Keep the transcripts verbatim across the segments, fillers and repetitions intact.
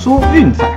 说运彩。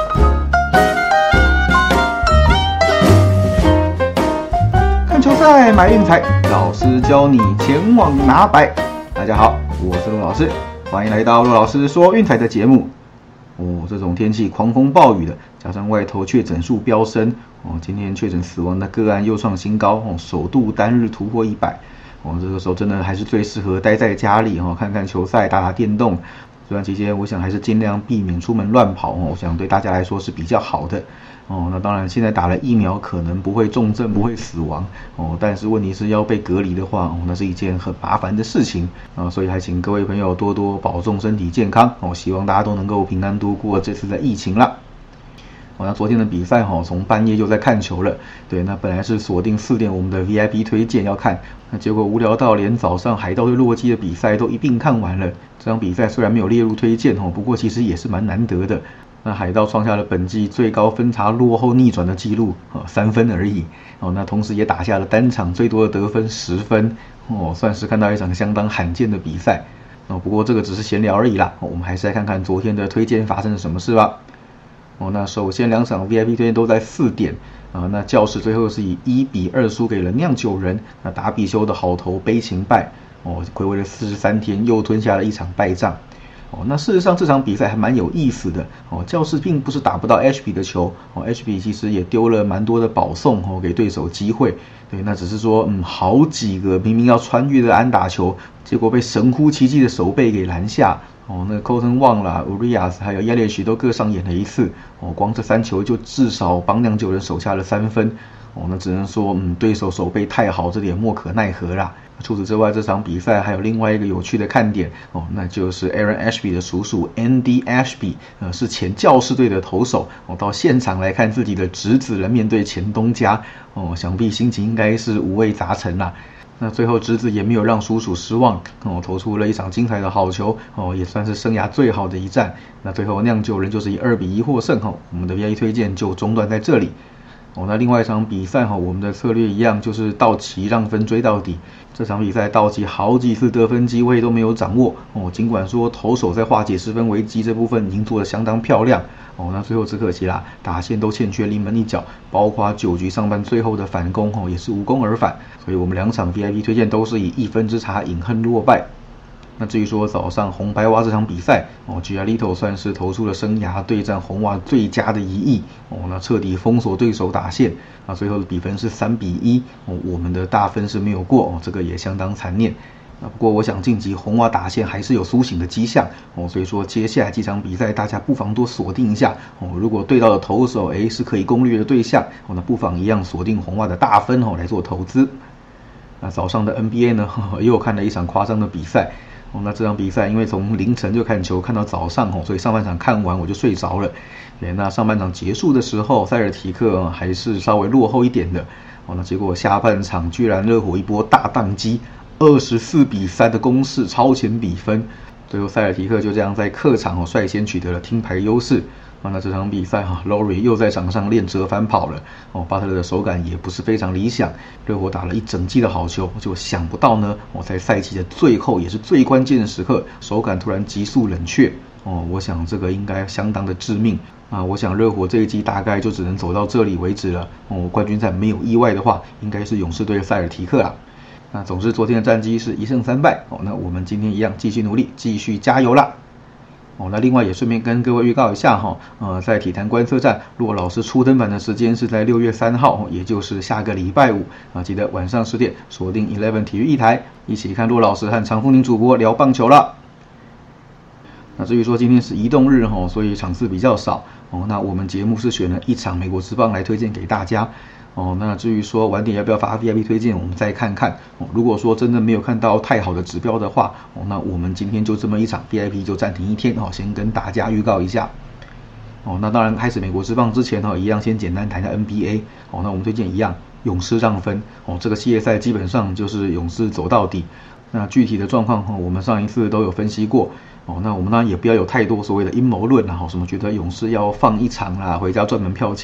看球赛买运彩，老师教你前往拿白。大家好，我是陆老师，欢迎来到陆老师说运彩的节目。哦，这种天气狂风暴雨的，加上外头确诊数飙升，哦，今天确诊死亡的个案又创新高，哦，首度单日突破一百。哦，这个时候真的还是最适合待在家里哦，看看球赛，打打电动。这段期间，我想还是尽量避免出门乱跑哦，我想对大家来说是比较好的哦。那当然，现在打了疫苗可能不会重症，不会死亡哦，但是问题是要被隔离的话哦，那是一件很麻烦的事情啊，所以还请各位朋友多多保重身体健康哦，希望大家都能够平安度过这次的疫情啦。哦，那昨天的比赛哈，从半夜就在看球了。对，那本来是锁定四点我们的 V I P 推荐要看，那结果无聊到连早上海盗对洛基的比赛都一并看完了。这场比赛虽然没有列入推荐哦，不过其实也是蛮难得的。那海盗创下了本季最高分差落后逆转的纪录，哦，三分而已。哦，那同时也打下了单场最多的得分十分，哦，算是看到一场相当罕见的比赛。哦，不过这个只是闲聊而已啦，哦，我们还是来看看昨天的推荐发生了什么事吧。哦，那首先两场 V I P 推荐都在四点啊，那教士最后是以一比二输给了酿酒人，那达比修的好投悲情败，哦，睽违了四十三天又吞下了一场败仗。哦，那事实上这场比赛还蛮有意思的哦，教士并不是打不到 H P 的球哦 ，H P 其实也丢了蛮多的保送哦，给对手机会。对，那只是说嗯，好几个明明要穿越的安打球，结果被神乎其技的守备给拦下。哦，那 Cotton Wong 啦 Urias 还有 Yelich 都各上演了一次哦，光这三球就至少帮酿酒人守下了三分哦，那只能说嗯，对手守备太好，这点莫可奈何啦。除此之外，这场比赛还有另外一个有趣的看点哦，那就是 Aaron Ashby 的叔叔 Andy Ashby， 呃，是前教士队的投手哦，到现场来看自己的侄子人面对前东家哦，想必心情应该是五味杂陈啦。那最后侄子也没有让叔叔失望哦，投出了一场精彩的好球哦，也算是生涯最好的一战。那最后酿酒人就是以二比一获胜哦，我们的 V I P 推荐就中断在这里。哦，那另外一场比赛哈，我们的策略一样，就是道奇让分追到底。这场比赛道奇好几次得分机会都没有掌握哦，尽管说投手在化解失分危机这部分已经做得相当漂亮哦，那最后只可惜啦，打线都欠缺临门一脚，包括九局上半最后的反攻哦，也是无功而返。所以我们两场 V I P 推荐都是以一分之差饮恨落败。那至于说早上红白袜这场比赛哦 ，Giolito 算是投出了生涯对战红袜最佳的一役哦，那彻底封锁对手打线，那最后的比分是三比一哦，我们的大分是没有过哦，这个也相当残念。那不过我想晋级红袜打线还是有苏醒的迹象哦，所以说接下来几场比赛大家不妨多锁定一下哦，如果对到的投手诶是可以攻略的对象哦，那不妨一样锁定红袜的大分哦来做投资。那早上的 N B A 呢，呵呵又看了一场夸张的比赛。哦，那这场比赛因为从凌晨就看球看到早上哦，所以上半场看完我就睡着了。对，那上半场结束的时候，塞尔提克还是稍微落后一点的。哦，那结果下半场居然热火一波大宕机，二十四比三的攻势超前比分，最后塞尔提克就这样在客场哦率先取得了听牌优势。啊，那这场比赛哈 ，Lowry 又在场上练折返跑了哦，巴特勒的手感也不是非常理想。热火打了一整季的好球，就想不到呢，我、哦、在赛季的最后也是最关键的时刻，手感突然急速冷却哦，我想这个应该相当的致命啊！我想热火这一季大概就只能走到这里为止了哦，冠军赛没有意外的话，应该是勇士队的塞尔提克啦。那总之昨天的战绩是一胜三败哦，那我们今天一样继续努力，继续加油啦！哦，那另外也顺便跟各位预告一下哈，呃，在体坛观测站，骆老师初登版的时间是在六月三号，也就是下个礼拜五啊，记得晚上十点锁定 Eleven 体育一台，一起看骆老师和常富宁主播聊棒球了。那至于说今天是移动日哈，所以场次比较少哦，那我们节目是选了一场美国职棒来推荐给大家。哦，那至于说晚点要不要发 V I P 推荐，我们再看看哦。如果说真的没有看到太好的指标的话，哦，那我们今天就这么一场 V I P 就暂停一天哦，先跟大家预告一下。哦，那当然开始美国职棒之前哈，一样先简单谈一下 N B A。哦，那我们推荐一样，勇士让分哦，这个系列赛基本上就是勇士走到底。那具体的状况哈，我们上一次都有分析过。哦，那我们当然也不要有太多所谓的阴谋论啦，哈，什么觉得勇士要放一场啦，回家赚门票钱。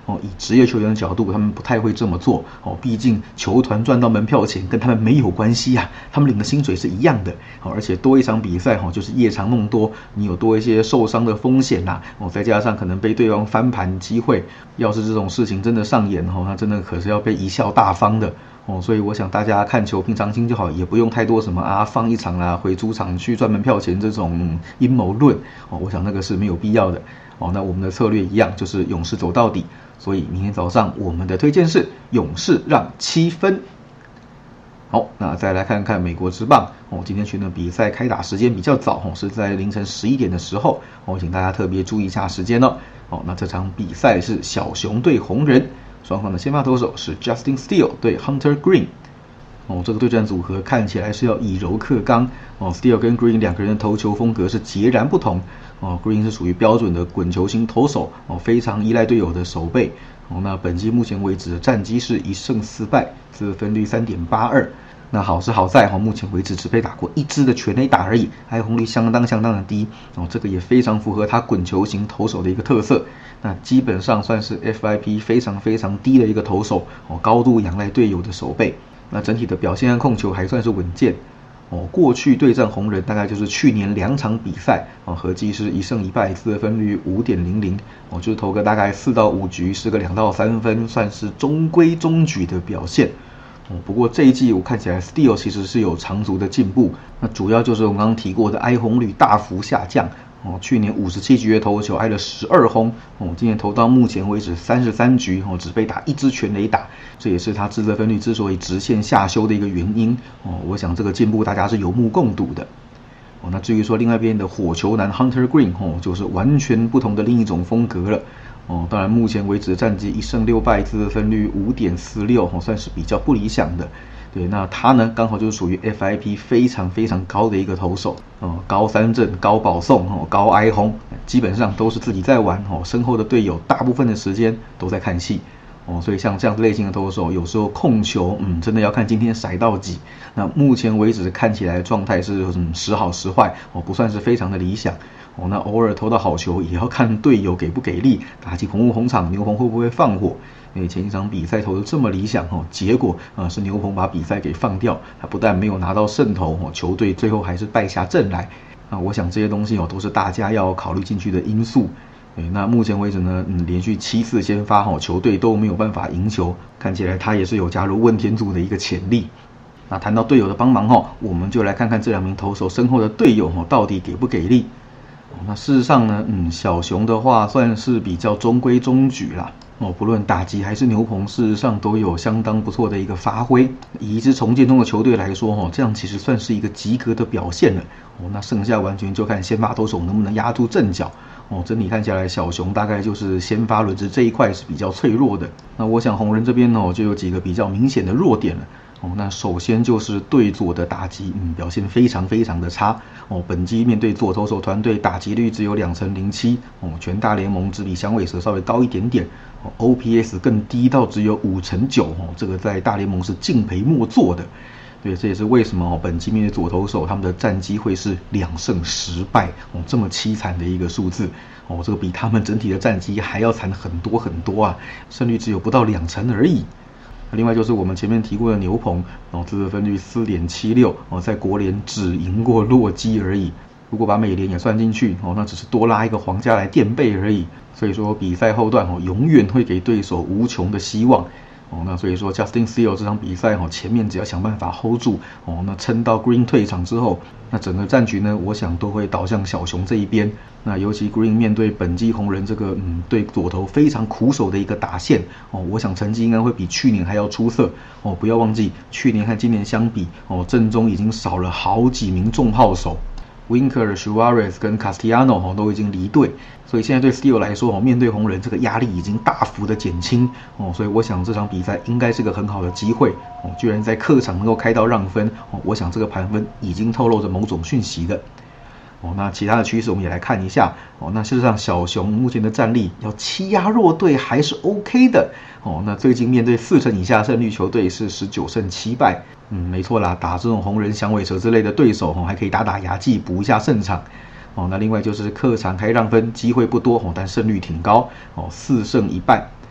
哦，以职业球员的角度，他们不太会这么做哦，毕竟球团赚到门票钱跟他们没有关系啊，他们领的薪水是一样的哦，而且多一场比赛哦，就是夜长梦多，你有多一些受伤的风险呐哦，再加上可能被对方翻盘机会，要是这种事情真的上演哦，那真的可是要被贻笑大方的。哦，所以我想大家看球平常心就好，也不用太多什么啊放一场啦，回主场去赚门票钱这种阴谋论哦，我想那个是没有必要的哦。那我们的策略一样，就是勇士走到底。所以明天早上我们的推荐是勇士让七分。好，那再来看看美国职棒哦，今天选的比赛开打时间比较早哦，是在凌晨十一点的时候哦，请大家特别注意一下时间哦。哦，那这场比赛是小熊对红人。双方的先发投手是 Justin Steele 对 Hunter Green， 哦，这个对战组合看起来是要以柔克刚哦 ，Steele 跟 Green 两个人的投球风格是截然不同哦 ，Green 是属于标准的滚球型投手哦，非常依赖队友的守备哦。那本季目前为止的战绩是一胜四败，得分率 三点八二。那好是好在哈，目前为止只被打过一支的全垒打而已，挨轰率相当相当的低哦，这个也非常符合他滚球型投手的一个特色。那基本上算是 F I P 非常非常低的一个投手哦，高度仰赖队友的守备。那整体的表现和控球还算是稳健哦。过去对战红人大概就是去年两场比赛哦，合计是一胜一败，得分率 五点零零哦，就是投个大概四到五局是个两到三分，算是中规中矩的表现。不过这一季我看起来 Steele 其实是有长足的进步，那主要就是我们刚刚提过的挨轰率大幅下降哦，去年五十七局的投球挨了十二轰哦，今年投到目前为止三十三局哦，只被打一支全垒打，这也是他自责分率之所以直线下修的一个原因哦。我想这个进步大家是有目共睹的哦。那至于说另外一边的火球男 Hunter Green 哦，就是完全不同的另一种风格了。哦，当然，目前为止的战绩一胜六败，得分率 五点四六，哦，算是比较不理想的。对，那他呢，刚好就是属于 F I P 非常非常高的一个投手，哦，高三振、高保送、哦，高挨轰，基本上都是自己在玩，哦，身后的队友大部分的时间都在看戏。哦，所以像这样类型的投手，有时候控球，嗯，真的要看今天骰到几。那目前为止看起来状态是嗯时好时坏，哦，不算是非常的理想。哦，那偶尔投到好球也要看队友给不给力，打击澎湖红场牛棚会不会放火。因为前一场比赛投的这么理想哦，结果啊、呃、是牛棚把比赛给放掉，他不但没有拿到胜投哦，球队最后还是败下阵来。那我想这些东西哦都是大家要考虑进去的因素。对，那目前为止呢，嗯，连续七次先发哦，球队都没有办法赢球，看起来他也是有加入问天组的一个潜力。那谈到队友的帮忙哦，我们就来看看这两名投手身后的队友哦到底给不给力。那事实上呢，嗯，小熊的话算是比较中规中矩啦。哦，不论打击还是牛棚，事实上都有相当不错的一个发挥。以一支重建中的球队来说，哦，这样其实算是一个及格的表现了。哦，那剩下完全就看先发投手能不能压住阵脚。哦，整体看下来，小熊大概就是先发轮值这一块是比较脆弱的。那我想红人这边哦，就有几个比较明显的弱点了。哦，那首先就是对左的打击，嗯，表现非常非常的差。哦，本季面对左投手团队打击率只有两成零七，哦，全大联盟只比响尾蛇稍微高一点点。哦 ，O P S 更低到只有五成九，哦，这个在大联盟是敬陪末座的。对，这也是为什么哦，本季面对左投手他们的战绩会是两胜十败，哦，这么凄惨的一个数字。哦，这个比他们整体的战绩还要惨很多很多啊，胜率只有不到两成而已。另外就是我们前面提过的牛棚，哦，得分率 四点七六，哦，在国联只赢过洛基而已。如果把美联也算进去，哦，那只是多拉一个皇家来垫背而已。所以说比赛后段哦，永远会给对手无穷的希望。哦，那所以说 Justin Steele 这场比赛哦，前面只要想办法 hold 住，哦，那撑到 Green 退场之后，那整个战局呢，我想都会倒向小熊这一边。那尤其 Green 面对本季红人这个嗯对左投非常苦手的一个打线哦，我想成绩应该会比去年还要出色哦。不要忘记去年和今年相比哦，阵中已经少了好几名重炮手。Winker、Suarez 跟 Castellanos 哦都已经离队，所以现在对 Steele 来说哦，面对红人这个压力已经大幅的减轻哦，所以我想这场比赛应该是个很好的机会哦，居然在客场能够开到让分哦，我想这个盘分已经透露着某种讯息的。哦，那其他的趋势我们也来看一下哦。那事实上，小熊目前的战力要欺压弱队还是 OK 的哦。那最近面对四成以下胜率球队是十九胜七败，嗯，没错啦，打这种红人、响尾蛇之类的对手哦，还可以打打牙祭补一下胜场哦。那另外就是客场开让分机会不多哦，但胜率挺高哦，四胜一败。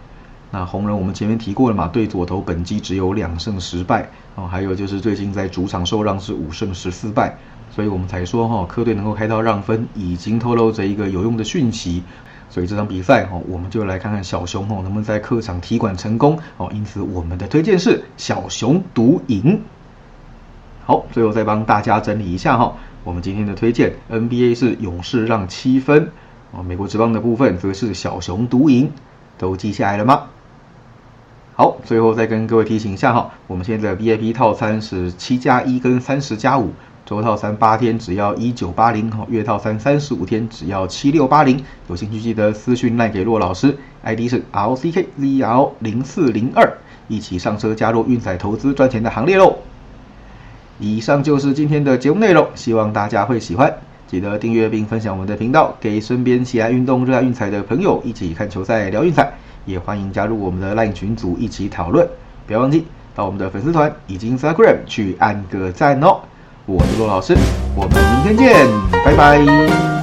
那红人我们前面提过了嘛，对左投本季只有两胜十败哦，还有就是最近在主场受让是五胜十四败，所以我们才说哈、哦，客队能够开到让分，已经透露着一个有用的讯息。所以这场比赛哦，我们就来看看小熊哦能不能在客场踢馆成功哦。因此我们的推荐是小熊独赢。好，最后再帮大家整理一下哈、哦，我们今天的推荐 N B A 是勇士让七分哦，美国职棒的部分则是小熊独赢，都记下来了吗？好，最后再跟各位提醒一下哈，我们现在的 V I P 套餐是七加一跟三十加五，周套餐八天只要一九八零，月套餐三十五天只要七六八零。有兴趣记得私讯赖给骆老师 ，I D 是 R O C K Z R 零四零二，一起上车加入运彩投资赚钱的行列喽。以上就是今天的节目内容，希望大家会喜欢。记得订阅并分享我们的频道，给身边喜爱运动、热爱运彩的朋友一起看球赛、聊运彩。也欢迎加入我们的 LINE 群组一起讨论，不要忘记到我们的粉丝团以及 Instagram 去按个赞哦。我是骆老师，我们明天见，拜拜。